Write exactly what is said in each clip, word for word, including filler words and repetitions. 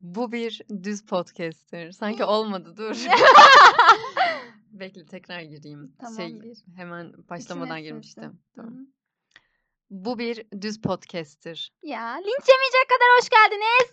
Bu bir düz podcast'tir. Sanki olmadı dur. Bekle tekrar gireyim. Tamam, Şey bir. hemen başlamadan İçine girmiştim. sinsin. Tamam. Hı hı. Bu bir düz podcast'tir. Ya linç yemeyecek kadar hoş geldiniz.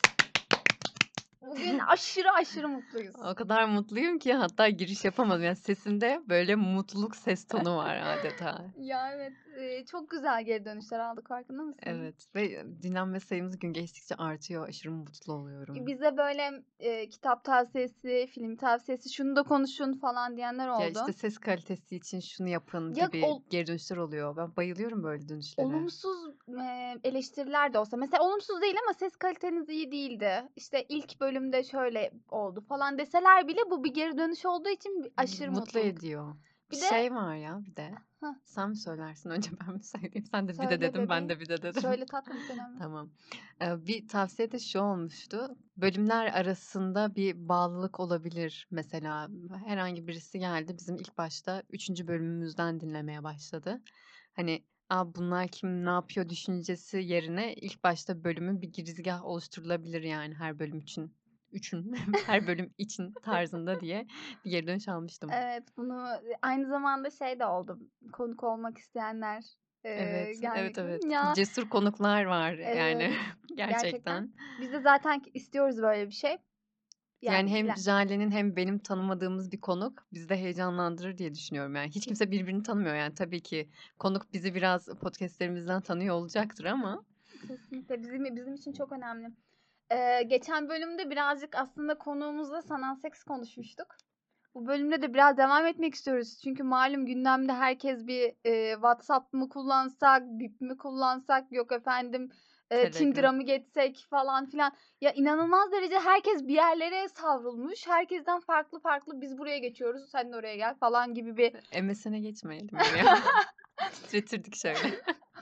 Bugün aşırı aşırı mutluyuz. O kadar mutluyum ki hatta giriş yapamadım. Yani sesimde böyle mutluluk ses tonu var adeta. Ya evet e, çok güzel geri dönüşler aldık, farkında mısın? Evet ve dinlenme sayımız gün geçtikçe artıyor. Aşırı mutlu oluyorum. Bize böyle e, kitap tavsiyesi, film tavsiyesi, şunu da konuşun falan diyenler oldu. Ya işte ses kalitesi için şunu yapın Ya gibi ol- geri dönüşler oluyor. Ben bayılıyorum böyle dönüşlere. Olumsuz e, eleştiriler de olsa, mesela olumsuz değil ama ses kaliteniz iyi değildi, İşte ilk bölümde şöyle oldu falan deseler bile bu bir geri dönüş olduğu için aşırı Mutlu mutluluk. ediyor. Bir Bir de şey var ya bir de. Hah. Sen mi söylersin önce ben mi söyleyeyim? Sen de bir de Söyle dedim ben bebeğim. de bir de dedim. Söyle tatlım, hiç önemli. Tamam. Ee, bir tavsiye de şu olmuştu. Bölümler arasında bir bağlılık olabilir mesela. Herhangi birisi geldi bizim ilk başta üçüncü bölümümüzden dinlemeye başladı. Hani Aa, bunlar kim ne yapıyor düşüncesi yerine ilk başta bölümün bir girizgah oluşturulabilir yani her bölüm için. Üçün her bölüm için tarzında diye bir geri dönüş almıştım. Evet, bunu aynı zamanda şey de oldu. Konuk olmak isteyenler e, Evet, evet, gelmek. evet. Ya Cesur konuklar var evet, yani gerçekten. gerçekten. Biz de zaten istiyoruz böyle bir şey. Yani Yani hem bilen. Jale'nin hem benim tanımadığımız bir konuk bizi de heyecanlandırır diye düşünüyorum yani. Hiç kimse birbirini tanımıyor yani tabii ki konuk bizi biraz podcastlerimizden tanıyor olacaktır ama Kesinlikle bizim bizim için çok önemli. Ee, geçen bölümde birazcık aslında konuğumuzla sanal seks konuşmuştuk. Bu bölümde de biraz devam etmek istiyoruz. Çünkü malum gündemde herkes bir e, WhatsApp mı kullansak, Bip mi kullansak, yok efendim e, Tinder'a Telegram. mı geçsek falan filan. Ya inanılmaz derece herkes bir yerlere savrulmuş. Herkesten farklı farklı biz buraya geçiyoruz, sen de oraya gel falan gibi bir... M S N'e geçmeyelim mi ya? Titretirdik şöyle.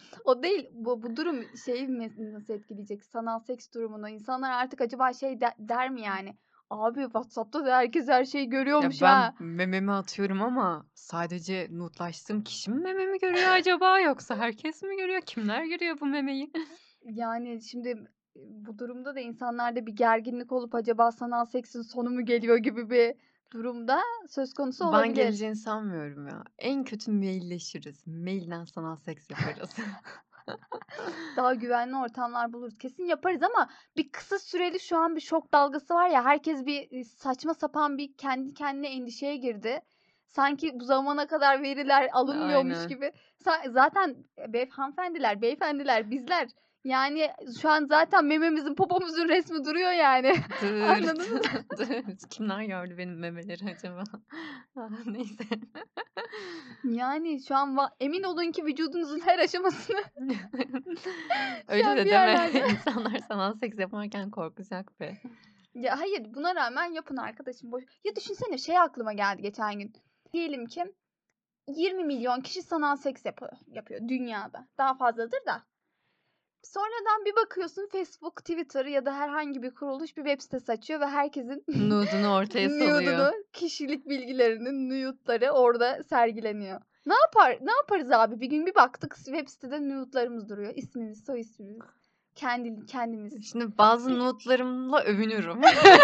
O değil. Bu, bu durum şeyi mes- nasıl etkileyecek? Sanal seks durumunu. İnsanlar artık acaba şey de- der mi yani? Abi WhatsApp'ta da herkes her şeyi görüyormuş Ya ben ha. mememi atıyorum ama sadece notlaştığım kişi mi mememi görüyor acaba yoksa herkes mi görüyor? Kimler görüyor bu memeyi? Yani şimdi e, bu durumda da insanlarda bir gerginlik olup acaba sanal seksin sonu mu geliyor gibi bir durumda söz konusu Ben olabilir. geleceğini sanmıyorum ya. En kötü mailleşiriz. Mailden sanal seks yaparız. Daha güvenli ortamlar buluruz. Kesin yaparız ama bir kısa süreli şu an bir şok dalgası var ya. Herkes bir e, saçma sapan bir kendi kendine endişeye girdi. Sanki bu zamana kadar veriler alınmıyormuş Aynen. gibi. Sa- Zaten beyef hanımefendiler, beyefendiler, bizler yani şu an zaten mememizin, popomuzun resmi duruyor yani. Dırt. Anladınız mı? Dırt. Kimler gördü benim memeleri acaba? Ah, neyse. Yani şu an va- emin olun ki vücudunuzun her aşamasını şu Öyle an de bir deme. yerlerde. İnsanlar sanal seks yaparken korkacak be. Ya hayır, buna rağmen yapın arkadaşım. Boş. Ya düşünsene, şey aklıma geldi geçen gün. Diyelim ki yirmi milyon kişi sanal seks yapıyor, yapıyor dünyada. Daha fazladır da. Sonradan bir bakıyorsun Facebook, Twitter ya da herhangi bir kuruluş bir web sitesi açıyor ve herkesin Nude'unu ortaya salıyor. nude'unu, kişilik bilgilerinin nude'ları orada sergileniyor. Ne yapar? Ne yaparız abi? Bir gün bir baktık web sitede nude'larımız duruyor. İsmimiz, soy ismimiz, kendi kendimiz. Şimdi bazı notlarımla övünürüm.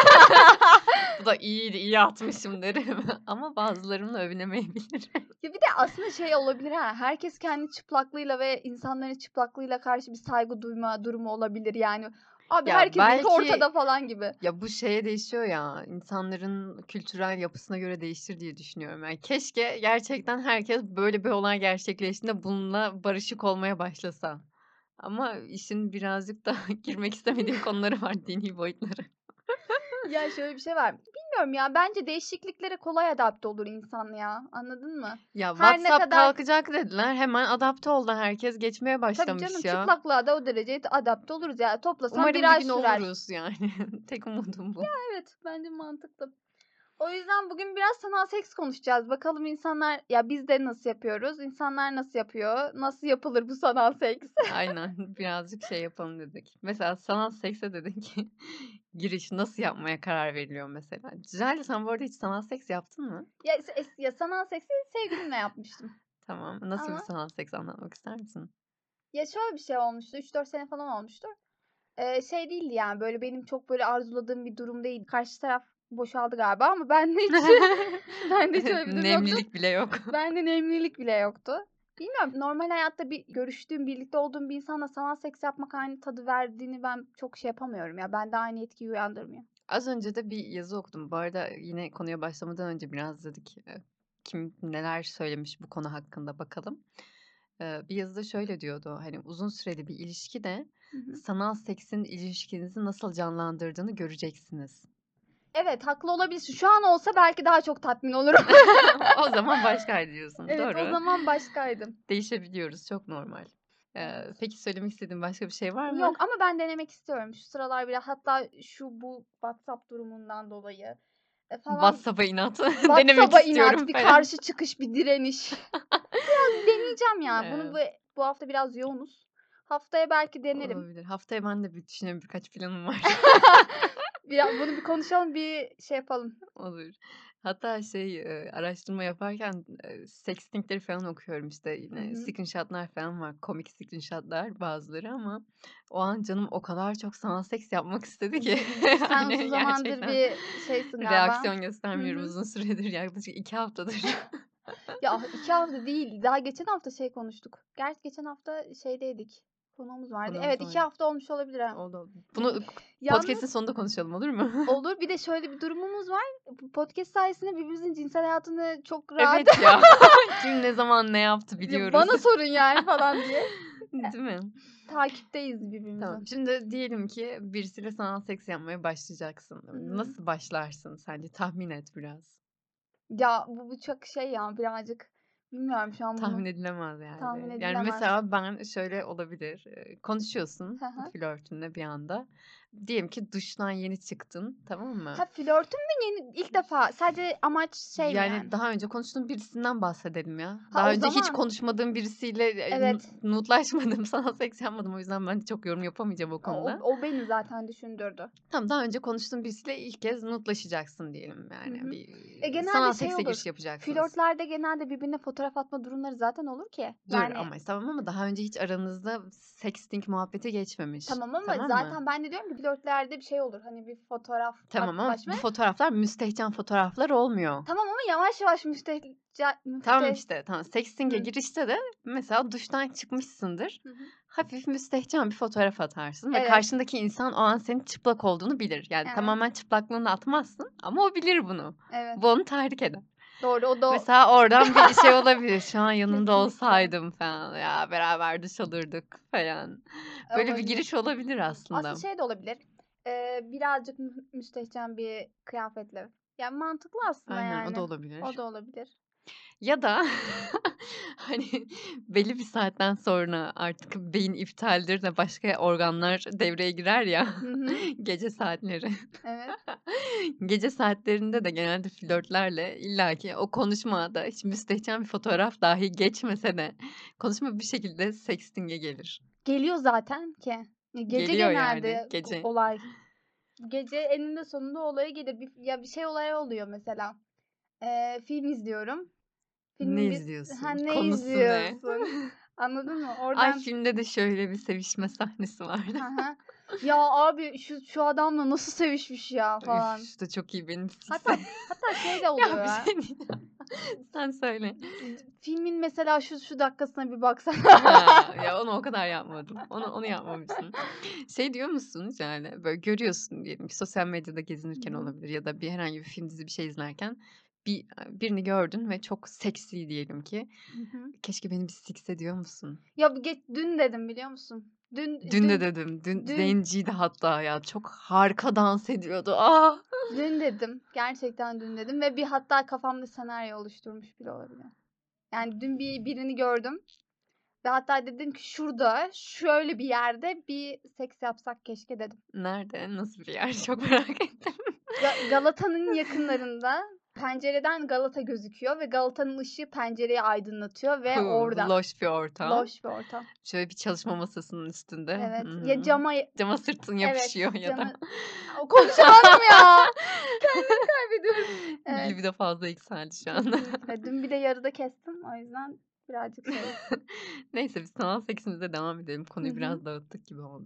Bu da iyiydi, iyi atmışım derim. Ama bazılarımla övünemeyebilirim. Ya bir de aslında şey olabilir ha. Herkes kendi çıplaklığıyla ve insanların çıplaklığıyla karşı bir saygı duyma durumu olabilir yani. Abi Ya herkesinki belki ortada falan gibi. ya bu şeye değişiyor ya. İnsanların kültürel yapısına göre değişir diye düşünüyorum. Yani keşke gerçekten herkes böyle bir olay gerçekleştiğinde bununla barışık olmaya başlasa. Ama işin birazcık da girmek istemediğim konuları var, dini boyutları. Ya şöyle bir şey var. Bilmiyorum ya, bence değişikliklere kolay adapte olur insan ya. Anladın mı? Ya Her ne WhatsApp kadar kalkacak dediler. Hemen adapte oldu herkes. Geçmeye tabii canım, başlamış ya. çıplaklığa da o derece adapte oluruz ya. Toplasan bir Umarım bir ay gün sürer. oluruz yani. Tek umudum bu. Evet, bence mantıklı. O yüzden bugün biraz sanal seks konuşacağız. Bakalım insanlar, ya biz de nasıl yapıyoruz? İnsanlar nasıl yapıyor? Nasıl yapılır bu sanal seks? Aynen birazcık şey yapalım dedik. Mesela sanal sekse dedik ki giriş nasıl yapmaya karar veriliyor mesela. Güzel, sen bu arada hiç sanal seks yaptın mı? Ya, es- ya sanal seksi sevgilimle yapmıştım. Tamam. Nasıl bir Ama sanal seks anlatmak ister misin? ya şöyle bir şey olmuştu. üç dört sene falan olmuştur. Eee, şey değildi yani böyle benim çok böyle arzuladığım bir durum değil. Karşı taraf boşaldı galiba ama bende hiç bende hiç öyle bir durum yoktu. Nemlilik bile yok. Bende nemlilik bile yoktu. Bilmiyorum, normal hayatta bir görüştüğüm, birlikte olduğum bir insanla sanal seks yapmak aynı tadı verdiğini ben çok şey yapamıyorum ya. Bende aynı etkiyi uyandırmıyor. Az önce de bir yazı okudum. Bu arada yine konuya başlamadan önce biraz dedik e, kim neler söylemiş bu konu hakkında bakalım. Ee, bir yazıda şöyle diyordu. Hani uzun süreli bir ilişkide Hı hı. sanal seksin ilişkinizi nasıl canlandırdığını göreceksiniz. Evet, haklı olabilirsin. Şu an olsa belki daha çok tatmin olurum. O zaman başkaydı diyorsun. Evet, o Doğru. zaman başkaydım. Değişebiliyoruz. Çok normal. Ee, Evet. peki söylemek istediğin başka bir şey var mı? Yok ama ben denemek istiyorum. Şu sıralar biraz hatta şu bu WhatsApp durumundan dolayı e, falan WhatsApp'a inat. Denemek WhatsApp'a istiyorum inat, bir falan. karşı çıkış, bir direniş. Biraz deneyeceğim ya. Bunu Evet. bu, bu hafta biraz yoğunuz. Haftaya belki denerim. Olabilir. Haftaya ben de bir düşünüyorum. Birkaç planım var. Biraz bunu bir konuşalım, bir şey yapalım. Olur. Hatta şey e, araştırma yaparken e, sextingleri falan okuyorum işte Hı yine hı. screenshotlar falan var. Komik screenshotlar bazıları ama o an canım o kadar çok sanal seks yapmak istedi ki. Sen uzun Hani zamandır gerçekten bir şeysin galiba. reaksiyon Hı göstermiyorum hı. uzun süredir yaklaşık iki haftadır. Ya iki hafta değil. Daha geçen hafta şey konuştuk. Gerçi geçen hafta şeydeydik. Konuğumuz vardı. Konuğumuz Evet, iki var. hafta olmuş olabilir ha. Oldu oldu. Bunu Yalnız podcast'in sonunda konuşalım olur mu? olur. Bir de şöyle bir durumumuz var. Bu podcast sayesinde birbirimizin cinsel hayatını çok rahat Evet ya. Kim ne zaman ne yaptı biliyoruz. bana sorun yani falan diye Değil mi? takipteyiz birbirimizi. Tamam. Şimdi diyelim ki birisiyle sanal seks yapmaya başlayacaksın. Hı hı. Nasıl başlarsın sence? Tahmin et biraz. Ya bu, bu çok şey ya birazcık bilmiyorum şu an bunu Tahmin edilemez yani. tahmin Yani edilemez. mesela ben şöyle olabilir. e, Konuşuyorsun Hı hı. flörtünle bir anda. Diyelim ki duştan yeni çıktın, tamam mı? Ha, flörtün mü yeni ilk defa? Sadece amaç şey mi Yani yani? daha önce konuştuğun birisinden bahsedelim ya. Ha, Daha o önce hiç zaman konuşmadığım birisiyle e, evet. nu- nutlaşmadım, sanal seks yapmadım. O yüzden ben çok yorum yapamayacağım o O, konuda. o beni zaten düşündürdü. Tamam, daha önce konuştuğun birisiyle ilk kez nutlaşacaksın diyelim Hı yani. hı. Bir E genelde sanal şey sekse giriş olur. yapacaksınız. Flörtlerde genelde birbirine fotoğraf atma durumları zaten olur ki. Dur Yani ama tamam ama daha önce hiç aranızda sexting muhabbeti geçmemiş. tamam ama Tamam mı? zaten ben de diyorum ki flörtlerde bir şey olur. Hani bir fotoğraf Tamam ama atlaşma. bu fotoğraflar müstehcen fotoğraflar olmuyor. Tamam ama yavaş yavaş müstehcen Tamam müsteh işte tamam. Sexting'e Hı. girişte de mesela duştan çıkmışsındır. Hı hı. Hafif müstehcen bir fotoğraf atarsın ve Evet. karşındaki insan o an senin çıplak olduğunu bilir. Yani Evet. tamamen çıplaklığını atmazsın ama o bilir bunu. Evet. Bu onu tahrik eder. Doğru o da o- Mesela oradan bir şey olabilir. Şu an yanında Kesinlikle. olsaydım falan. Ya beraber duş alırdık falan. Böyle bir olabilir. giriş olabilir aslında. Aslında şey de olabilir. Ee, birazcık mü- müstehcen bir kıyafetle. Yani mantıklı aslında Aynen yani. o da olabilir. O da olabilir. Ya da hani belli bir saatten sonra artık beyin iptaldir de başka organlar devreye girer ya. Hı hı. Gece saatleri. Evet. Gece saatlerinde de genelde flörtlerle illaki o konuşmada hiç müstehcen bir fotoğraf dahi geçmese de konuşma bir şekilde sexting'e gelir. Geliyor zaten ki. Gece Geliyor yani genelde gece. olay. Gece eninde sonunda olaya gelir. Bir, ya bir şey olay oluyor mesela. Ee, film izliyorum. Ne Filmin bir ha, izliyorsun? ne Konusu ne? izliyorsun? Anladın mı? Ay Oradan filmde de şöyle bir sevişme sahnesi vardı. hı hı. Ya abi şu şu adamla nasıl sevişmiş ya falan. Üf, de çok iyi benim fix. Hatta hatta şey de oluyor Ya bir ya. şey diyeceğim. Sen söyle. Filmin mesela şu şu dakikasına bir baksana. Ha, ya onu o kadar yapmadım. Onu onu yapmamışım. Şey diyor musun yani böyle görüyorsun diyelim ki sosyal medyada gezinirken Hı hı. olabilir ya da bir herhangi bir film dizi bir şey izlerken bir birini gördün ve çok seksi diyelim ki. Hı hı. Keşke beni bir sikse diyor musun? Ya bu geç, dün dedim biliyor musun? Dün Dün de dün dedim. Dün dün zenciydi hatta ya. Çok harika dans ediyordu. Ah! dün dedim. Gerçekten dün dedim ve bir hatta kafamda senaryo oluşturmuş bile olabilir. Yani dün bir birini gördüm ve hatta dedim ki şurada şöyle bir yerde bir seks yapsak keşke dedim. Nerede? Nasıl bir yer? Çok merak ettim. Ga- Galata'nın yakınlarında pencereden Galata gözüküyor ve Galata'nın ışığı pencereyi aydınlatıyor ve Hu, orada loş bir ortam. loş bir ortam. Şöyle bir çalışma masasının üstünde. Evet. Hı Ya hı. cama Cama sırtın evet yapışıyor ya da. cama Aa, konuşamadım ya. Kendimi kaybediyorum. Evet. Libido fazla yükseldi şu anda. Kesinlikle. Dün bir de yarıda kestim. O yüzden birazcık şey. Neyse biz sanal seksimize devam edelim. Hı Konuyu hı. biraz dağıttık gibi oldu.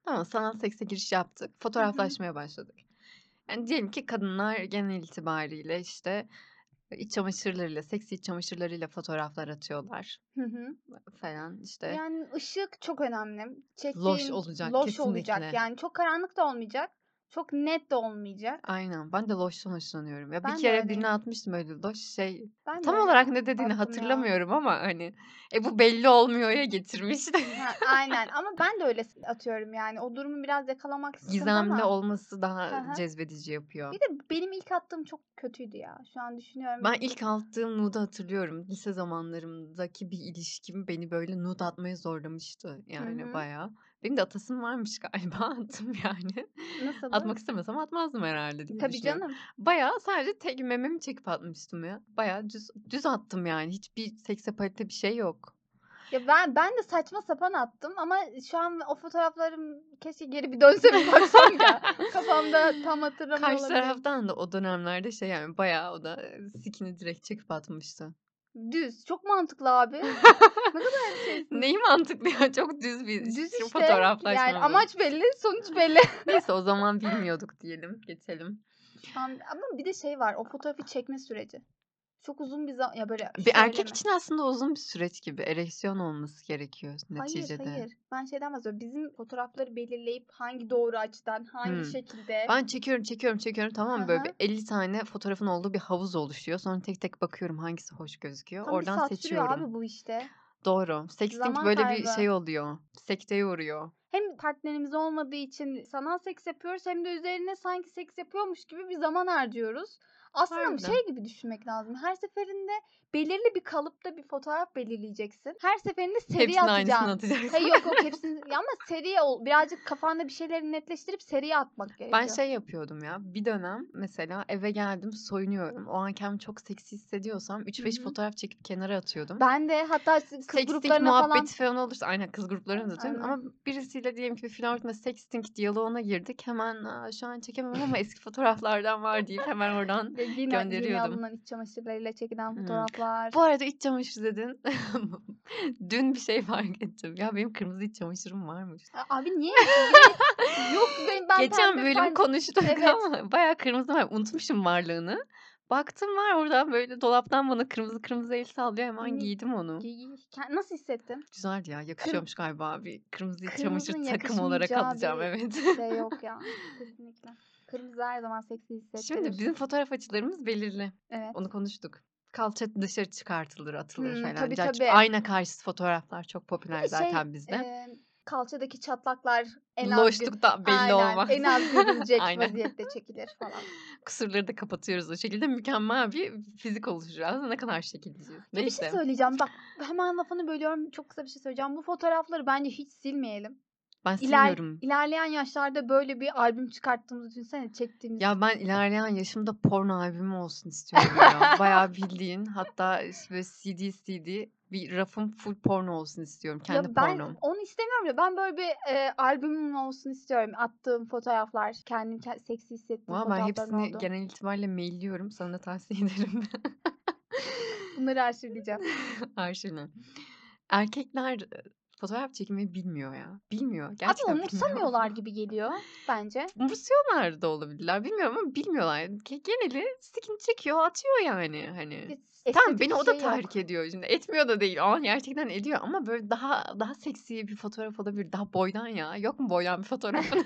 Tamam, sanal sekse giriş yaptık. Hı hı. Fotoğraflaşmaya başladık. Yani diyelim ki kadınlar genel itibariyle işte iç çamaşırlarıyla, seksi iç çamaşırlarıyla fotoğraflar atıyorlar Hı hı. falan işte. Yani ışık çok önemli. Loş Çektiğin olacak loş olacak. kesinlikle. Yani çok karanlık da olmayacak. Çok net de olmayacak. Aynen. Ben de loştan hoşlanıyorum. Ya bir Ben de kere birine öyleyim. atmıştım öyle loş şey. Ben de Tam öyle olarak ne dediğini attım ya. hatırlamıyorum ama hani e bu belli olmuyor ya getirmiş de. Ha, aynen ama ben de öyle atıyorum yani. O durumu biraz yakalamak sıkıntı Gizemli ama. olması Hı daha hı. cezbedici yapıyor. Bir de benim ilk attığım çok kötüydü ya. Şu an düşünüyorum. Ben ilk attığım nude'u hatırlıyorum. Lise zamanlarımdaki bir ilişkim beni böyle nude atmaya zorlamıştı Hı yani hı. bayağı. Benim de atasım varmış galiba attım yani. Nasıldı? Atmak istemesem atmazdım herhalde diye Tabii düşünüyorum. canım. Bayağı sadece tek mememi çekip atmıştım ya. Bayağı düz, düz attım yani. Hiçbir seksapalite bir şey yok. Ya ben ben de saçma sapan attım ama şu an o fotoğraflarım keşke geri bir dönse bir baksam ya. Kafamda tam hatırlamıyor Karşı olabilirim. taraftan da o dönemlerde şey yani bayağı o da e, sikini direkt çekip atmıştı. Düz. Çok mantıklı abi. Ne kadar şeysin. Neyi mantıklı ya? Çok düz bir Düz şu işte. Yani fotoğraflaşma bu. amaç belli, sonuç belli. Neyse o zaman bilmiyorduk diyelim. Geçelim. Şu an ama bir de şey var. O fotoğrafı çekme süreci. Çok uzun bir zaman ya böyle Bir şöyle erkek mi? için aslında uzun bir süreç gibi. Ereksiyon olması gerekiyor Hayır, neticede. hayır. Ben şeyden bahsediyorum. Bizim fotoğrafları belirleyip hangi doğru açıdan, hangi Hmm. şekilde. Ben çekiyorum çekiyorum çekiyorum tamam Hı mı? Böyle bir hı. elli tane fotoğrafın olduğu bir havuz oluşuyor. Sonra tek tek bakıyorum hangisi hoş gözüküyor. Tam bir Oradan saat sürüyor seçiyorum. abi bu işte. Doğru. Sexting Zaman böyle bir kaybı. şey oluyor. Sekteye uğruyor. Hem partnerimiz olmadığı için sanal seks yapıyoruz hem de üzerine sanki seks yapıyormuş gibi bir zaman harcıyoruz. Aslında Harbiden. şey gibi düşünmek lazım. Her seferinde belirli bir kalıpta bir fotoğraf belirleyeceksin. Her seferinde seri Hepsinin aynısını atacaksın. atacaksın. Hey yok yok hepsini ama seri ol. Birazcık kafanda bir şeyleri netleştirip seri atmak Ben gerekiyor. şey yapıyordum ya. Bir dönem mesela eve geldim soyunuyorum. O an kendimi çok seksi hissediyorsam üç Hı beş hı. fotoğraf çekip kenara atıyordum. Ben de hatta kız Sexting gruplarına falan. muhabbeti falan olursa aynen kız gruplarına da atıyorum. Aynen. Ama birisiyle diyelim ki bir flörtme sexting diyaloğuna girdik. Hemen "Aa, şu an çekemem ama eski fotoğraflardan var deyip hemen oradan Ve yine yeni gönderiyordum. alınan iç çamaşırlarıyla çekilen Hmm. fotoğraflar. Bu arada iç çamaşır dedin. Dün bir şey fark ettim. Ya benim kırmızı iç çamaşırım varmış. A- Abi niye? Bir de yok benim ben Geçen pembe bölüm pan konuştuk evet. ama bayağı kırmızı var. Unutmuşum varlığını. Baktım var oradan böyle dolaptan bana kırmızı kırmızı el sallıyor. Hemen Ni- giydim onu. Giy- Ke- Nasıl hissettin? Güzeldi ya. Kır Yakışıyormuş galiba. Bir kırmızı iç çamaşır kırmızının takım olarak yakışmayacağı alacağım. bir Evet. şey yok ya. Kesinlikle. Kırmızı her zaman seksi Şimdi hissettirir. bizim fotoğraf açılarımız belirli. Evet. Onu konuştuk. Kalça dışarı çıkartılır, atılır Hmm, falan. tabii Cart tabii. ayna karşısı fotoğraflar çok Bir popüler de şey zaten bizde. e, kalçadaki çatlaklar en az gö- Loşlukta belli aynen olmaz. en az görülecek Aynen. vaziyette çekilir falan. Kusurları da kapatıyoruz o şekilde. Mükemmel bir fizik oluşur. Aslında ne kadar şekilciyiz. Ya bir şey Neyse. söyleyeceğim. Bak hemen lafını bölüyorum. Çok kısa bir şey söyleyeceğim. Bu fotoğrafları bence hiç silmeyelim. Ben İler, silmiyorum. ilerleyen yaşlarda böyle bir albüm çıkarttığımızı düşünsene çektiğimiz. Ya ben ilerleyen yaşımda porno albümü olsun istiyorum ya. Bayağı bildiğin hatta böyle C D C D bir rafım full porno olsun istiyorum. Kendi Ya ben pornom. onu istemiyorum ya. Ben böyle bir e, albümüm olsun istiyorum. Attığım fotoğraflar, kendim ke- seksi hissettiğim Valla ben fotoğrafların hepsini oldu. genel itibariyle mailliyorum. Sana da tavsiye ederim. Bunları arşivleyeceğim. Arşivine. Erkekler e, fotoğraf çekmeyi bilmiyor ya. Bilmiyor. Abi Gerçekten bilmiyor. umursamıyorlar gibi geliyor bence. Umursuyorlar da olabilirler. Bilmiyorum ama bilmiyorlar. Ge- Geneli skin çekiyor, atıyor yani hani. Hiç Tamam estetik beni o da şey tahrik yok. ediyor şimdi. Etmiyor da değil. Aa gerçekten ediyor ama böyle daha daha seksi bir fotoğraf olabilir. Daha boydan ya. Yok mu boydan bir fotoğrafın?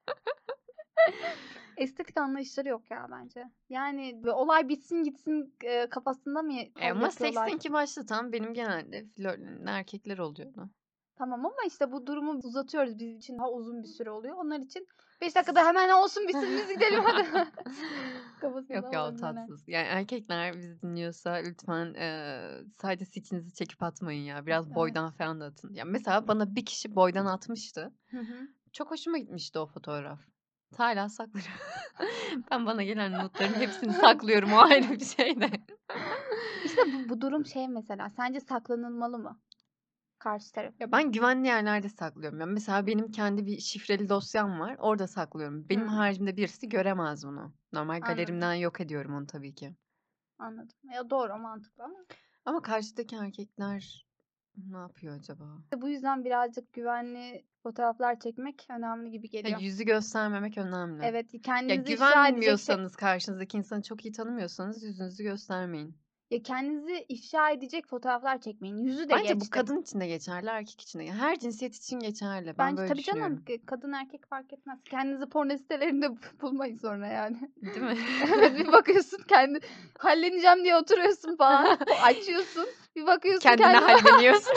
Estetik anlayışları yok ya bence. Yani böyle olay bitsin gitsin e, kafasında mı E ya- ama yapıyorlar? sexting'i başlatan benim genelde flörtlerimde erkekler oluyordu. Tamam ama işte bu durumu uzatıyoruz. Bizim için daha uzun bir süre oluyor. Onlar için beş dakikada hemen olsun bitsin biz gidelim hadi. Kafasında Yok ya o olabilenler. tatsız. Yani erkekler bizi dinliyorsa lütfen eee sadece sikinizi çekip atmayın ya. Biraz Evet. boydan falan da atın. Ya mesela bana bir kişi boydan atmıştı. Hı hı. Çok hoşuma gitmişti o fotoğraf. Hala saklıyorum. Ben bana gelen notların hepsini saklıyorum. O ayrı bir şey de. İşte bu, bu durum şey mesela. Sence saklanılmalı mı? Karşı taraf. Ya ben güvenli yerlerde saklıyorum. Ya mesela benim kendi bir şifreli dosyam var. Orada saklıyorum. Benim Hı, haricimde birisi göremez bunu. Normal anladım. galerimden yok ediyorum onu tabii ki. Anladım. Ya doğru mantıklı ama. Ama karşıdaki erkekler Ne yapıyor acaba? Bu yüzden birazcık güvenli fotoğraflar çekmek önemli gibi Ya, geliyor. yüzü göstermemek önemli. Evet, Ya, kendinizi ifşa edecek şey güvenmiyorsanız karşınızdaki insanı çok iyi tanımıyorsanız yüzünüzü göstermeyin. Ya, kendinizi ifşa edecek fotoğraflar çekmeyin. Yüzü de Bence bu geçtim. kadın için de geçerli, erkek için de. Her cinsiyet için geçerli. Ben Bence böyle tabii canım düşünüyorum. k kadın erkek fark etmez. Kendinizi porno sitelerinde bulmayın sonra yani. Değil mi? Evet, bir bakıyorsun kendi halleneceğim diye oturuyorsun falan. Po açıyorsun. Bir bakıyorsun Kendine kendine halleniyorsun.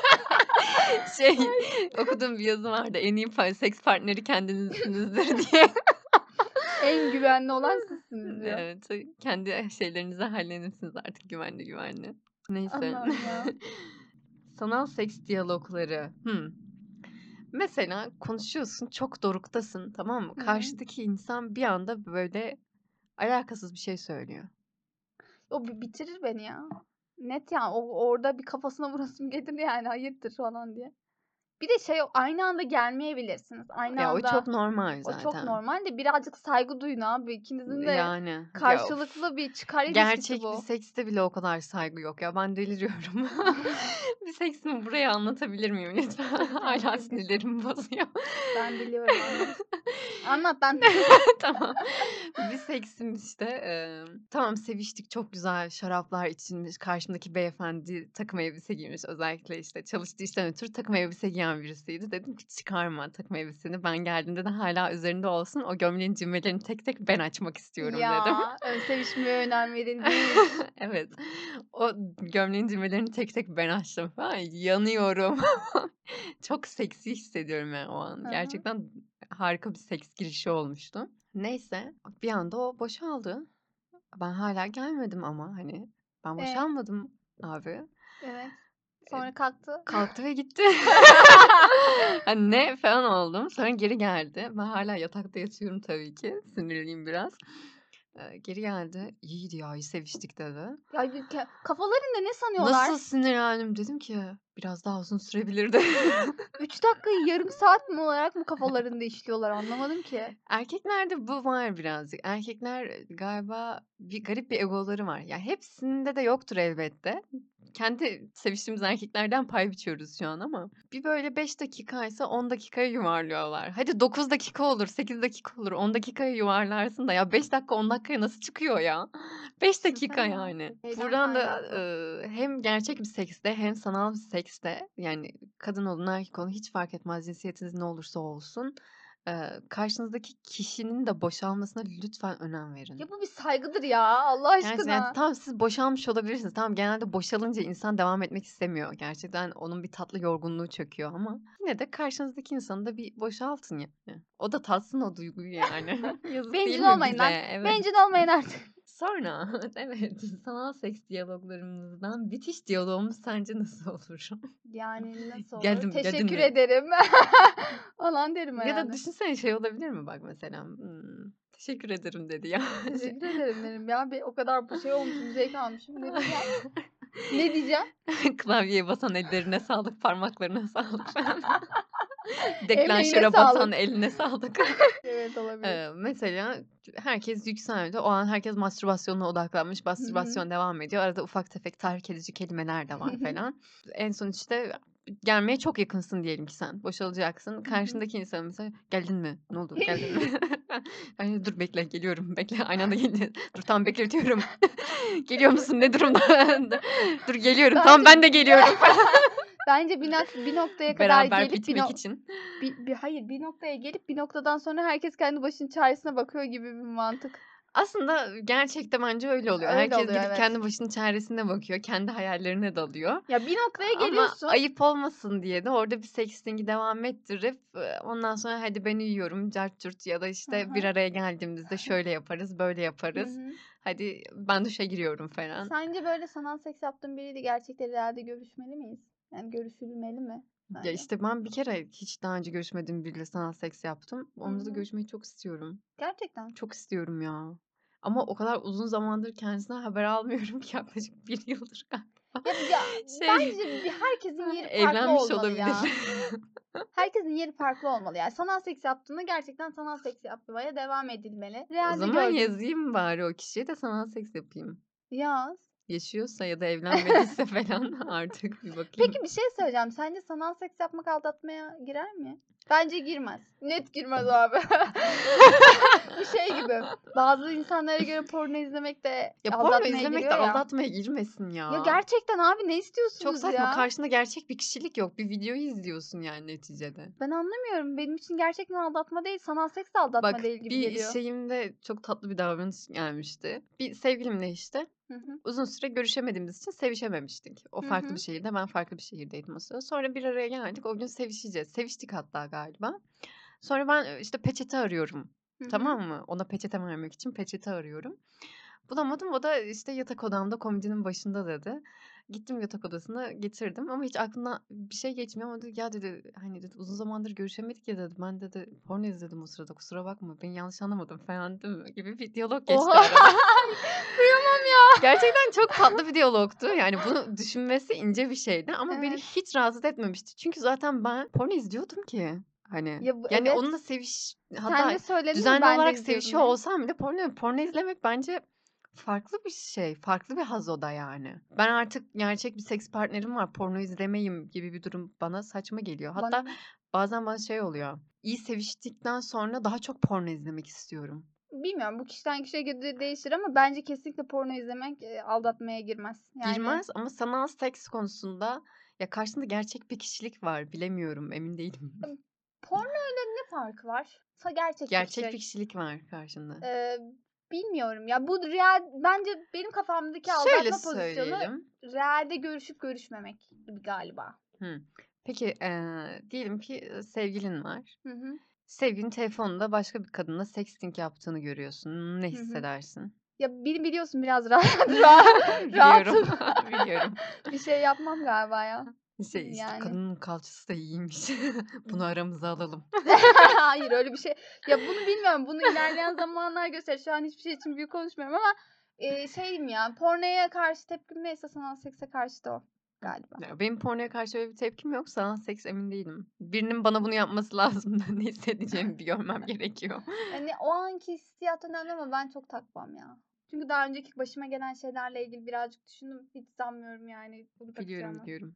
Şey, okuduğum bir yazı vardı. En iyi pa seks partneri kendinizsinizdir diye. En güvenli olan sizsiniz diyor. Evet, kendi şeylerinize hallenirsiniz artık güvenli güvenli. Neyse. Allah'ım ya. Sanal seks diyalogları. Hımm. Mesela konuşuyorsun, çok doruktasın, tamam mı? Hı hı. Karşıdaki insan bir anda böyle alakasız bir şey söylüyor. O bi bitirir beni ya. Net yani. O orada bir kafasına vurasım gelir yani hayırdır falan diye. Bir de şey aynı anda gelmeyebilirsiniz. Aynı Ya, o çok anda normal o çok zaten. normal de birazcık saygı duyun abi. İkinizin de Yani. Ya, of! karşılıklı bir çıkar ilişkisi Gerçek bir bu. sekste bile o kadar saygı yok ya. Ben deliriyorum. Bir seksimi buraya anlatabilir miyim lütfen? Tabii canım, Hâlâ tabii ki. sinirlerimi bozuyor. Ben biliyorum, anlat. Anlat ben Tamam. Bir seksim işte, emm, tamam seviştik, çok güzel şaraplar içilmiş. Karşımdaki beyefendi takım elbise giymiş. Özellikle, işte, çalıştığı işten ötürü takım elbise giyen birisiydi. Dedim ki çıkarma takım elbiseni. Ben geldiğimde de hâlâ üzerinde olsun. O gömleğin düğmelerini tek tek ben açmak istiyorum dedim. Ya, ön sevişmeye önem verilmiş. Evet. O gömleğin düğmelerini tek tek ben açtım falan. Yanıyorum. Çok seksi hissediyorum yani o an. Hı hı. Gerçekten harika bir seks girişi olmuştu. Neyse, bir anda o boşaldı. Ben hâlâ gelmedim ama hani ben E? boşalmadım abi. Evet. Eee, Sonra kalktı. kalktı ve gitti. Hani ne falan oldum. Sonra geri geldi. Ben hâlâ yatakta yatıyorum tabii ki. Sinirliyim biraz. Eee, geri geldi. "İyiydi ya, iyi seviştik." dedi. Ya, bir ke kafalarında ne sanıyorlar? Nasıl sinirlendim. Dedim ki biraz daha uzun sürebilirdi. üç dakikayı yarım saat mi olarak mı kafalarında işliyorlar anlamadım ki. Erkeklerde bu var birazcık. Erkekler galiba bir garip bir egoları var. Ya, hepsinde de yoktur elbette. Kendi seviştiğimiz erkeklerden pay biçiyoruz şu an ama bir böyle beş dakikaysa on dakikaya yuvarlıyorlar. Hadi dokuz dakika olur, sekiz dakika olur, on dakikaya yuvarlarsın da ya beş dakika on dakikaya nasıl çıkıyor ya? beş dakika Düşünsene. yani. Şeyden Buradan da, kaynaklı. ııı, hem gerçek bir sekste hem sanal bir sekste yani kadın olun erkek olun hiç fark etmez cinsiyetiniz ne olursa olsun, eee, karşınızdaki kişinin de boşalmasına lütfen önem verin. Ya, bu bir saygıdır ya Allah Gerçekten aşkına. tamam siz boşanmış olabilirsiniz. Tamam genelde boşalınca insan devam etmek istemiyor. Gerçekten onun bir tatlı yorgunluğu çöküyor ama yine de karşınızdaki insanı da bir boşaltın yani. O da tatsın o duyguyu yani. Yazık değil Bencil mi olmayın bize? lan. Evet. Bencil olmayın artık. Sonra evet sanal seks diyaloglarımızdan bitiş diyalogumuz sence nasıl olur? Yani nasıl olur? Geldim, geldin Teşekkür mi? ederim falan derim Ya da herhâlde. düşünsene şey olabilir mi bak mesela, ımm, teşekkür ederim dedi ya. Şey Teşekkür ederim derim ya. Bir o kadar bu şey olmuşum, zevk almışım. Ne diyeceğim? Ne diyeceğim? Klavyeye basan ellerine sağlık, parmaklarına sağlık falan. Emeğine Deklanşöre basan sağlık. eline sağlık. Evet, olabilir. Eee, mesela herkes yükseldi. O an herkes mastürbasyonuna odaklanmış. Hı hı. Mastürbasyon devam ediyor. Arada ufak tefek tahrik edici kelimeler de var falan. En son işte gelmeye çok yakınsın diyelim ki sen. Boşalacaksın. Hı hı. Karşındaki insan mesela "Geldin mi? Ne oldu? Geldin mi?" Ben de "Dur bekle, geliyorum. Bekle." Aynı anda geliyor. "Dur tamam bekletiyorum." "Geliyor musun? Ne durumda?" "Dur geliyorum. Tamam Bence ben de geliyorum." bence bir nak bir noktaya kadar Beraber gelip bir bitmek no için. bir bir hayır, bir noktaya gelip bir noktadan sonra herkes kendi başının çaresine bakıyor gibi bir mantık. Aslında gerçekte bence öyle oluyor. Öyle Herkes oluyor, gidip evet. kendi başının çaresine bakıyor. Kendi hayallerine dalıyor. Ya, bir noktaya Ama geliyorsun. ayıp olmasın diye de orada bir sexting'i devam ettirip, eee, ondan sonra hadi ben uyuyorum cart curt ya da Hı işte bir hı. araya geldiğimizde şöyle yaparız, böyle Hı yaparız. hı. Hadi ben duşa giriyorum falan. Sence böyle sanal seks yaptığın biriyle gerçekte realde görüşmeli miyiz? Yani görüşülmeli mi Ya, sence? işte ben bir kere hiç daha önce görüşmediğim biriyle sanal seks yaptım. Hı Onunla da hı. görüşmeyi çok istiyorum. Gerçekten. Çok istiyorum ya. Ama o kadar uzun zamandır kendisinden haber almıyorum ki yaklaşık bir yıldır galiba. Ya ya, Şey, bence bir herkesin yeri farklı evlenmiş olmalı olabilir. ya. Herkesin yeri farklı olmalı yani. Sanal seks yaptığında gerçekten sanal seks yapmaya devam edilmeli. O Realde zaman gördüğün yazayım bari o kişiye de sanal seks yapayım. Yaz. yaşıyorsa ya da evlenmediyse falan artık bir bakayım. Peki bir şey söyleyeceğim. Sence sanal seks yapmak aldatmaya girer mi? Bence girmez. Net girmez abi. Bu şey gibi. Bazı insanlara göre porno izlemek de Ya porno aldatmaya izlemek de giriyor ya. aldatmaya girmesin Ya ya. gerçekten abi ne Çok istiyorsunuz saçma. ya? Karşında gerçek bir kişilik yok. Bir videoyu izliyorsun yani neticede. Ben anlamıyorum. Benim için gerçekten aldatma değil. Sanal seks de aldatma Bak değil gibi bir geliyor. şeyimde çok tatlı bir davranış gelmişti. Bir sevgilimle işte Hı hı. uzun süre görüşemediğimiz için sevişememiştik. O Hı farklı hı. bir şehirde, ben farklı bir şehirdeydim o sırada. Sonra bir araya geldik. O gün sevişeceğiz. Seviştik hatta galiba. Sonra ben e, işte peçete arıyorum. Hı hı. Tamam mı? Ona peçete vermek için peçete arıyorum. Bulamadım. O da işte yatak odamda komodinin başında dedi. Gittim yatak odasına getirdim ama hiç aklına bir şey geçmiyor ama dedi, ya dedi hani dedi uzun zamandır görüşemedik ya dedi. Ben dedi porno izledim o sırada, kusura bakma beni yanlış anlamadım falan değil mi? Gibi bir diyalog geçti Oha. arada. Kıyamam ya. Gerçekten çok tatlı bir diyalogtu. Yani bunu düşünmesi ince bir şeydi ama beni Evet. hiç rahatsız etmemişti. Çünkü zaten ben porno izliyordum ki. Hani Ya bu yani evet. onunla seviş Sen hatta de söyledin ya düzenli ben de olarak izliyordum sevişiyor diye. olsam bile porno porno izlemek bence farklı bir şey. Farklı bir haz o da yani. Ben artık gerçek bir seks partnerim var. Porno izlemeyim gibi bir durum bana saçma geliyor. Hatta Bana bazen bana şey oluyor. İyi seviştikten sonra daha çok porno izlemek istiyorum. bilmiyorum bu kişiden kişiye göre değişir ama bence kesinlikle porno izlemek e, aldatmaya girmez. Yani Girmez ama sanal seks konusunda ya karşında gerçek bir kişilik var. Bilemiyorum, emin değilim. pornoyla ne farkı var? Sa gerçek bir Gerçek bir şey. kişilik var karşında. Ee, bilmiyorum ya bu real bence benim kafamdaki Şöyle aldatma pozisyonu söyleyelim. realde görüşüp görüşmemek gibi galiba. Hı. Peki eee, diyelim ki e, sevgilin var. Hı hı. Sevgilin telefonunda başka bir kadınla sexting yaptığını görüyorsun. Ne Hı hı. hissedersin? Ya beni biliyorsun biraz rahat, rahat Biliyorum. rahatım. Biliyorum. Bir şey yapmam galiba ya. Şey işte Yani. kadının kalçası da iyiymiş. Bunu aramıza alalım. Hayır öyle bir şey. Ya bunu bilmiyorum. Bunu ilerleyen zamanlar gösterir. Şu an hiçbir şey için büyük konuşmuyorum ama e, şeyim ya. Pornoya karşı tepkim neyse sanal sekse karşı da o galiba. Ya benim pornoya karşı öyle bir tepkim yok. Sanal seks emin değilim. Birinin bana bunu yapması lazım. Ne hissedeceğimi bir görmem gerekiyor. Yani o anki hissiyat önemli ama ben çok takmam ya. Çünkü daha önceki başıma gelen şeylerle ilgili birazcık düşündüm. Hiç sanmıyorum yani bunu Biliyorum takacağımı. biliyorum.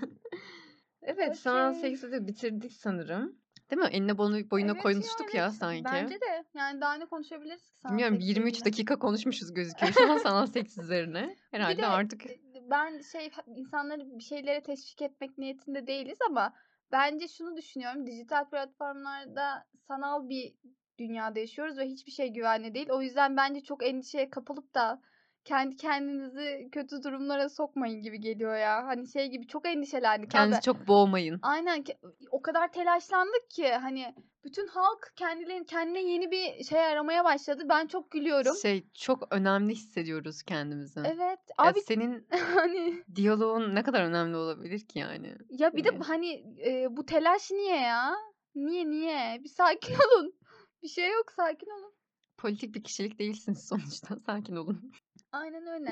Evet, sanal Okey. seksi de bitirdik sanırım. Değil mi? Eline boynu, boyuna Evet ya konuştuk ya evet. sanki. Bence de. Yani daha ne konuşabiliriz ki sanal Bilmiyorum, seksle yirmi üç ilgili. dakika konuşmuşuz gözüküyor şu an sanal seks üzerine. Bir Herhalde de artık e, ben şey insanları bir şeylere teşvik etmek niyetinde değiliz ama bence şunu düşünüyorum. Dijital platformlarda sanal bir dünyada yaşıyoruz ve hiçbir şey güvenli değil. O yüzden bence çok endişeye kapılıp da kendi kendinizi kötü durumlara sokmayın gibi geliyor ya. Hani şey gibi çok endişelendik abi. kendinizi çok boğmayın. Aynen ki o kadar telaşlandık ki hani bütün halk kendileri kendine yeni bir şey aramaya başladı. Ben çok gülüyorum. Şey, çok önemli hissediyoruz kendimizi. Evet. Ya Abi senin hani diyaloğun ne kadar önemli olabilir ki yani? ya bir de Hani hani e, bu telaş niye ya? Niye niye? Bir sakin olun. Bir şey yok sakin olun. politik bir kişilik değilsiniz sonuçta. Sakin olun. Aynen öyle.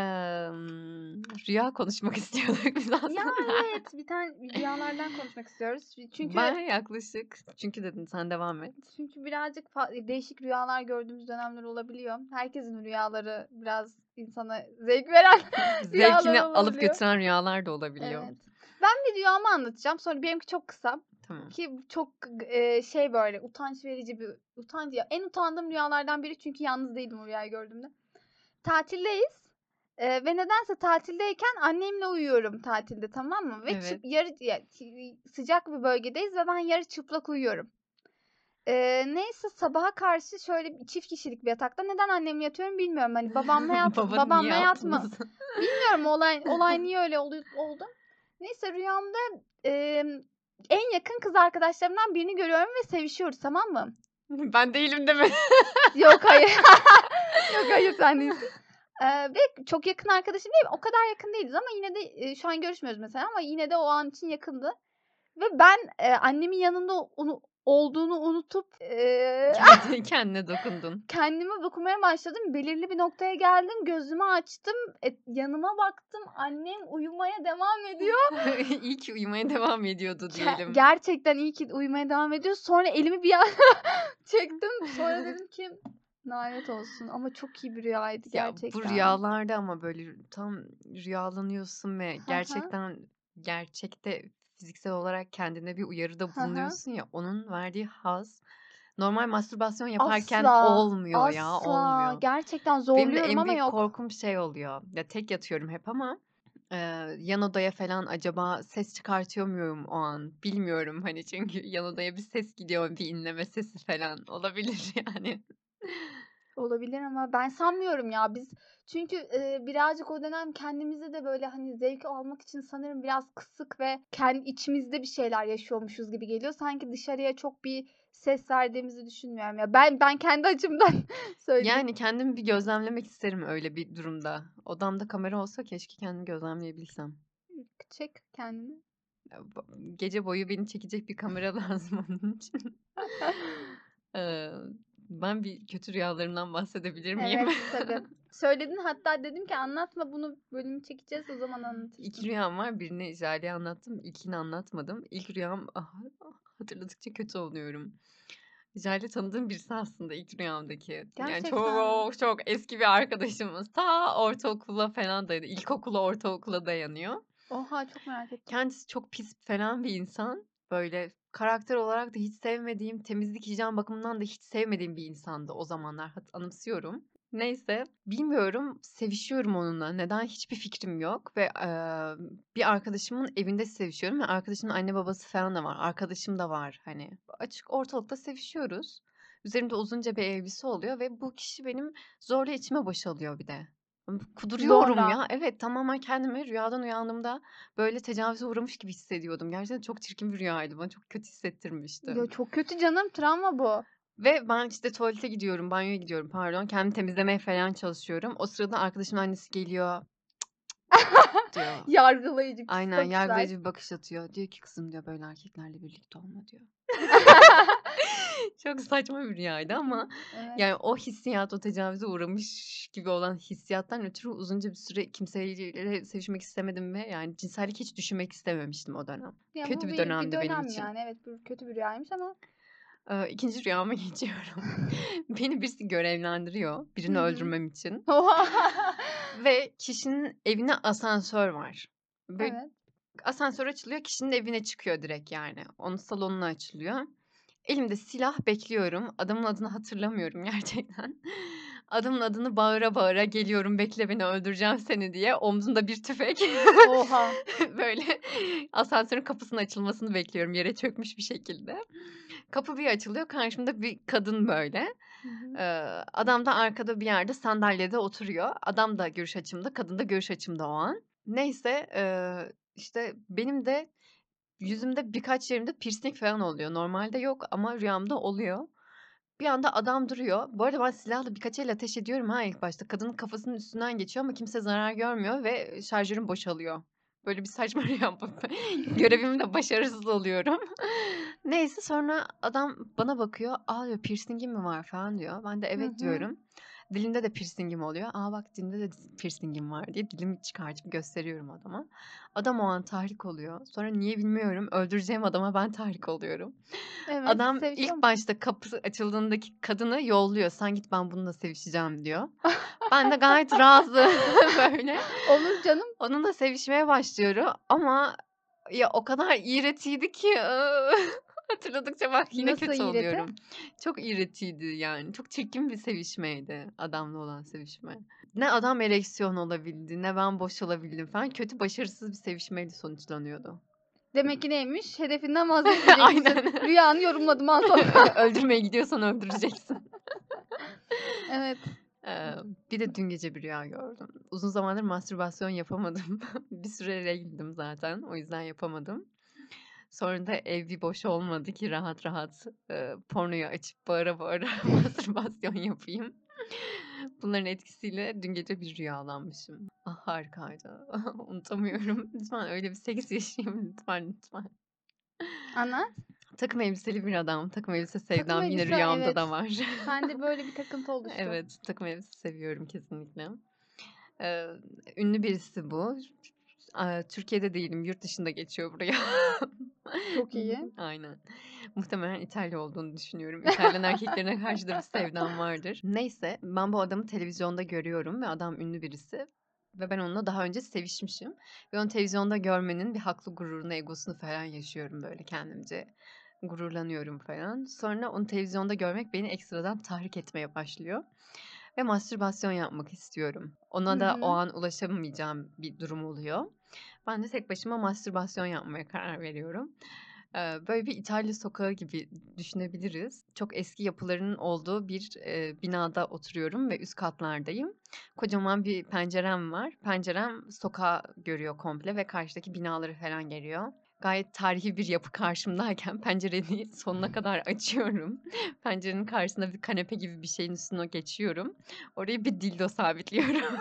Emm, rüya konuşmak istiyorduk biz Ya aslında. evet bir tane rüyalardan konuşmak istiyoruz. Çünkü Ben yaklaşık çünkü dedin, sen devam et. çünkü birazcık fa- değişik rüyalar gördüğümüz dönemler olabiliyor. Herkesin rüyaları biraz insana zevk veren rüyalar Zevkini alıp olabiliyor. götüren rüyalar da olabiliyor. Evet. Ben bir rüyamı anlatacağım. Sonra benimki çok kısa. Tamam. Ki çok e, şey böyle utanç verici bir utanç ya. En utandığım rüyalardan biri çünkü yalnız değildim o rüyayı gördüğümde. Tatildeyiz. E, ve nedense tatildeyken annemle uyuyorum tatilde, tamam mı? Ve Evet. çıp, yarı ya, sıcak bir bölgedeyiz ve ben yarı çıplak uyuyorum. E, neyse sabaha karşı şöyle bir çift kişilik bir yatakta. Neden annemle yatıyorum bilmiyorum. Hani babamla yat Babanı niye babamla yatma. attınız? Bilmiyorum olay olay niye öyle oldu. oldu. Neyse rüyamda e, en yakın kız arkadaşlarımdan birini görüyorum ve sevişiyoruz, tamam mı? Ben değilim değil mi? Yok hayır. Yok hayır sen değilsin. Ee, ve çok yakın arkadaşım değil. O kadar yakın değiliz ama yine de e, şu an görüşmüyoruz mesela ama yine de o an için yakındı. Ve ben e, annemin yanında onu olduğunu unutup e, Kendi kendine dokundun. kendime dokunmaya başladım. Belirli bir noktaya geldim. Gözümü açtım. E, yanıma baktım. Annem uyumaya devam ediyor. İyi ki uyumaya devam ediyordu Ke- diyelim. gerçekten iyi ki uyumaya devam ediyor. Sonra elimi bir yana çektim. Sonra dedim ki Lanet olsun ama çok iyi bir rüyaydı Ya, bu gerçekten. rüyalarda ama böyle rü tam rüyalanıyorsun ve Hı hı. gerçekten gerçekte fiziksel olarak kendine bir uyarıda Hı hı. bulunuyorsun ya, onun verdiği haz normal mastürbasyon yaparken Asla, olmuyor ya, asla. olmuyor. Gerçekten Benim de zorluyorum en ama büyük yok. korkum şey oluyor, ya tek yatıyorum hep ama, eee, yan odaya falan acaba ses çıkartıyor muyum o an? Bilmiyorum, hani, çünkü yan odaya bir ses gidiyor, bir inleme sesi falan olabilir yani. Olabilir ama ben sanmıyorum ya. Biz çünkü, eee, birazcık o dönem kendimize de böyle, hani, zevk almak için sanırım biraz kısık ve kendi içimizde bir şeyler yaşıyormuşuz gibi geliyor. Sanki dışarıya çok bir ses verdiğimizi düşünmüyorum ya. Ben ben kendi açımdan söyleyeyim. Yani, kendimi bir gözlemlemek isterim öyle bir durumda. Odamda kamera olsa keşke kendimi gözlemleyebilsem. Çek kendini. Ya, ba gece boyu beni çekecek bir kamera lazım onun için. Eee, ben bir kötü rüyalarımdan bahsedebilir miyim? Evet, tabii. Söyledin hatta dedim ki anlatma bunu bölümü çekeceğiz o zaman İki anlatırsın. rüyam var. Birini Jale'ye anlattım. İlkini anlatmadım. İlk rüyam ah, ah, hatırladıkça kötü oluyorum. Jale tanıdığım birisi aslında ilk rüyamdaki. Yani Gerçekten mi? çok çok eski bir arkadaşımız. Ta ortaokula falan dayanıyor. İlkokula, ortaokula dayanıyor. Oha çok merak ettim. Kendisi çok pis falan bir insan. Böyle karakter olarak da hiç sevmediğim, temizlik hijyen bakımından da hiç sevmediğim bir insandı o zamanlar. Hat anımsıyorum. Neyse, bilmiyorum, sevişiyorum onunla. Neden hiçbir fikrim yok ve, eee, bir arkadaşımın evinde sevişiyorum ve arkadaşımın anne babası falan da var. Arkadaşım da var, hani. Açık ortalıkta sevişiyoruz. Üzerimde uzunca bir elbise oluyor ve bu kişi benim zorla içime boşalıyor bir de. Kuduruyorum Zorla. ya. Evet, tamamen kendimi rüyadan uyandığımda böyle tecavüze uğramış gibi hissediyordum. Gerçekten çok çirkin bir rüyaydı. Bana çok kötü hissettirmişti. Ya çok kötü canım, travma bu. Ve ben, işte, tuvalete gidiyorum, banyoya gidiyorum pardon. Kendimi temizlemeye falan çalışıyorum. O sırada arkadaşımın annesi geliyor, diyor. Yargılayıcı pis Aynen, bakışlar. yargılayıcı bir bakış atıyor. Diyor ki, "Kızım," diyor, "böyle erkeklerle birlikte olma," diyor. Çok saçma bir rüyaydı ama Evet. yani o hissiyat, o tecavüze uğramış gibi olan hissiyattan ötürü uzunca bir süre kimseyle sevişmek istemedim ve yani cinsellik hiç düşünmek istememiştim o dönem. Ya Kötü bu bir bir bir dönemdi benim dönem için. yani. Evet, bu kötü bir rüyaymış ama. Eee, ikinci rüyama geçiyorum. Beni birisi görevlendiriyor Hı birini hı. öldürmem için Oha! ve kişinin evine asansör var. Böyle Evet. asansör açılıyor, kişinin evine çıkıyor direkt yani. Onun salonuna açılıyor. Elimde silah bekliyorum. Adamın adını hatırlamıyorum gerçekten. Adamın adını bağıra bağıra geliyorum, bekle beni öldüreceğim seni diye. Omzunda bir tüfek. Oha! Böyle asansörün kapısının açılmasını bekliyorum yere çökmüş bir şekilde. Kapı bir açılıyor. Karşımda bir kadın böyle. Hı hı. Eee, adam da arkada bir yerde sandalyede oturuyor. Adam da görüş açımda, kadın da görüş açımda o an. Neyse, eee, işte benim de yüzümde birkaç yerimde piercing falan oluyor. Normalde yok ama rüyamda oluyor. Bir anda adam duruyor. Bu arada ben silahla birkaç el ateş ediyorum ha ilk başta. Kadının kafasının üstünden geçiyor ama kimse zarar görmüyor ve şarjörüm boşalıyor. Böyle bir saçma rüya. Görevimde başarısız oluyorum. Neyse sonra adam bana bakıyor. "A," diyor, "piercing'in mi var?" falan diyor. Ben de Hı "Evet," hı. diyorum. Dilimde de piercing'im oluyor. "A, bak dilinde de piercing'im var," diye dilimi çıkartıp gösteriyorum adama. Adam o an tahrik oluyor. Sonra niye bilmiyorum öldüreceğim adama ben tahrik oluyorum. Evet, Adam sevişiyor ilk musun? başta kapısı açıldığındaki kadını yolluyor. "Sen git, ben bununla sevişeceğim," diyor. Ben de gayet razı böyle. Olur canım. Onunla sevişmeye başlıyorum ama ya o kadar iğretiydi ki, ııı, hatırladıkça bak yine Nasıl kötü iğreti? oluyorum. Çok iğretiydi yani. Çok çirkin bir sevişmeydi adamla olan sevişme. Ne adam ereksiyon olabildi, ne ben boşalabildim falan. Kötü, başarısız bir sevişmeyle sonuçlanıyordu. Demek ki neymiş? Hedefinden vazgeçmeyecekmişsin. Aynen. Rüyanı yorumladım an sonra. Öldürmeye gidiyorsan öldüreceksin. Evet. Eee, bir de dün gece bir rüya gördüm. Uzun zamandır mastürbasyon yapamadım. Bir süre regliydim zaten. O yüzden yapamadım. Sonra da ev bir boş olmadı ki rahat rahat, eee, pornoyu açıp bağıra bağıra mastürbasyon yapayım. Bunların etkisiyle dün gece bir rüyalanmışım. Ah, harikaydı. Unutamıyorum. Lütfen öyle bir seks yaşayayım lütfen, lütfen. Anlat. Takım elbiseli bir adam. Takım elbise Takım sevdam yine elbise, rüyamda da evet. var. Sende böyle bir takıntı oluştu. Evet, takım elbise seviyorum kesinlikle. Eee, ünlü birisi bu. Aaa, Türkiye'de değilim, yurt dışında geçiyor buraya. Çok iyi. Aynen. Muhtemelen İtalya olduğunu düşünüyorum. İtalyan erkeklerine karşı da bir sevdam vardır. Neyse, ben bu adamı televizyonda görüyorum ve adam ünlü birisi ve ben onunla daha önce sevişmişim ve onu televizyonda görmenin bir haklı gururunu, egosunu falan yaşıyorum böyle kendimce. Gururlanıyorum falan. Sonra onu televizyonda görmek beni ekstradan tahrik etmeye başlıyor ve mastürbasyon yapmak istiyorum. Hı Ona da o hı. an ulaşamayacağım bir durum oluyor. Ben de tek başıma mastürbasyon yapmaya karar veriyorum. Eee, böyle bir İtalya sokağı gibi düşünebiliriz. Çok eski yapılarının olduğu bir, eee, binada oturuyorum ve üst katlardayım. Kocaman bir pencerem var. Pencerem sokağı görüyor komple ve karşıdaki binaları falan görüyor. Gayet tarihi bir yapı karşımdayken pencereyi sonuna kadar açıyorum. Pencerenin karşısında bir kanepe gibi bir şeyin üstüne geçiyorum. Oraya bir dildo sabitliyorum.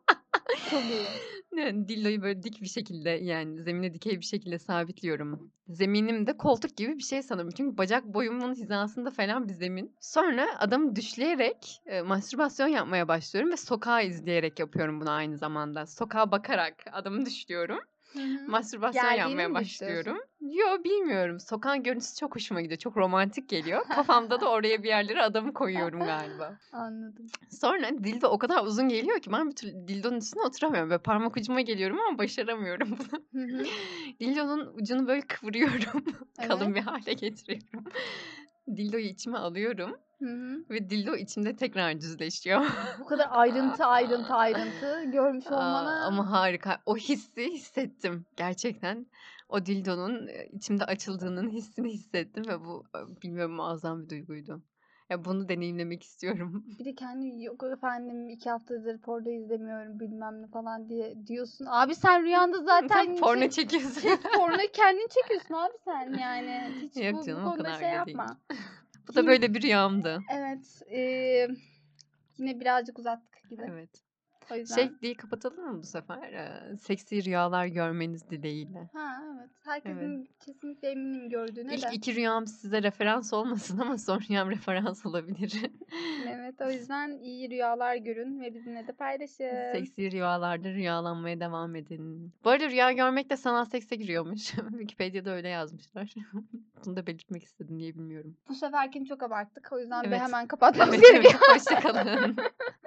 Çok iyi. Yani dildoyu böyle dik bir şekilde, yani zemine dikey bir şekilde sabitliyorum. Zeminim de koltuk gibi bir şey sanırım. Çünkü bacak boyumun hizasında falan bir zemin. Sonra adamı düşleyerek e, mastürbasyon yapmaya başlıyorum ve sokağı izleyerek yapıyorum bunu aynı zamanda. Sokağa bakarak adamı düşlüyorum. Hı hı. Mastürbasyon Geldiğini yapmaya mi başlıyorum. düşünüyorsun? Yo, bilmiyorum. Sokağın görüntüsü çok hoşuma gidiyor. Çok romantik geliyor. Kafamda da oraya bir yerlere adamı koyuyorum galiba. Anladım. Sonra dildo o kadar uzun geliyor ki ben bir türlü dildonun üstüne oturamıyorum. Böyle parmak ucuma geliyorum ama başaramıyorum bunu. Hı hı. Dildonun ucunu böyle kıvırıyorum. Kalın Evet. bir hale getiriyorum. Dildoyu içime alıyorum Hı hı. ve dildo içimde tekrar düzleşiyor. Bu kadar ayrıntı ayrıntı ayrıntı görmüş Aa, olmana ama harika. O hissi hissettim gerçekten. O dildonun e, içimde açıldığının hissini hissettim ve bu e, bilmiyorum, muazzam bir duyguydu. Ya bunu deneyimlemek istiyorum. bir de kendi yok efendim iki haftadır porno izlemiyorum bilmem ne falan diye diyorsun. Abi sen rüyanda Sen zaten porno şey çekiyorsun. şey pornoyu kendin çekiyorsun abi sen yani. Hiç Yok bu bu canım, o konuda kadar şey da değil. yapma. Bu da Film böyle bir rüyamdı. evet eee, yine birazcık uzattık gibi. Evet. O yüzden Şey diye kapatalım mı bu sefer? Ee, seksi rüyalar görmeniz dileğiyle. ha evet Evet. herkesin kesinlikle eminim gördüğüne İlk de. iki rüyam size referans olmasın ama son rüyam referans olabilir. Evet o yüzden iyi rüyalar görün ve bizimle de paylaşın. Seksi rüyalarda rüyalanmaya devam edin. Bu arada rüya görmek de sanal sekse giriyormuş. Wikipedia'da öyle yazmışlar. Bunu da belirtmek istedim, niye bilmiyorum. Bu seferkini çok abarttık. O yüzden bir Evet. hemen kapatmamız Evet, evet. gerekiyor. Hoşça kalın.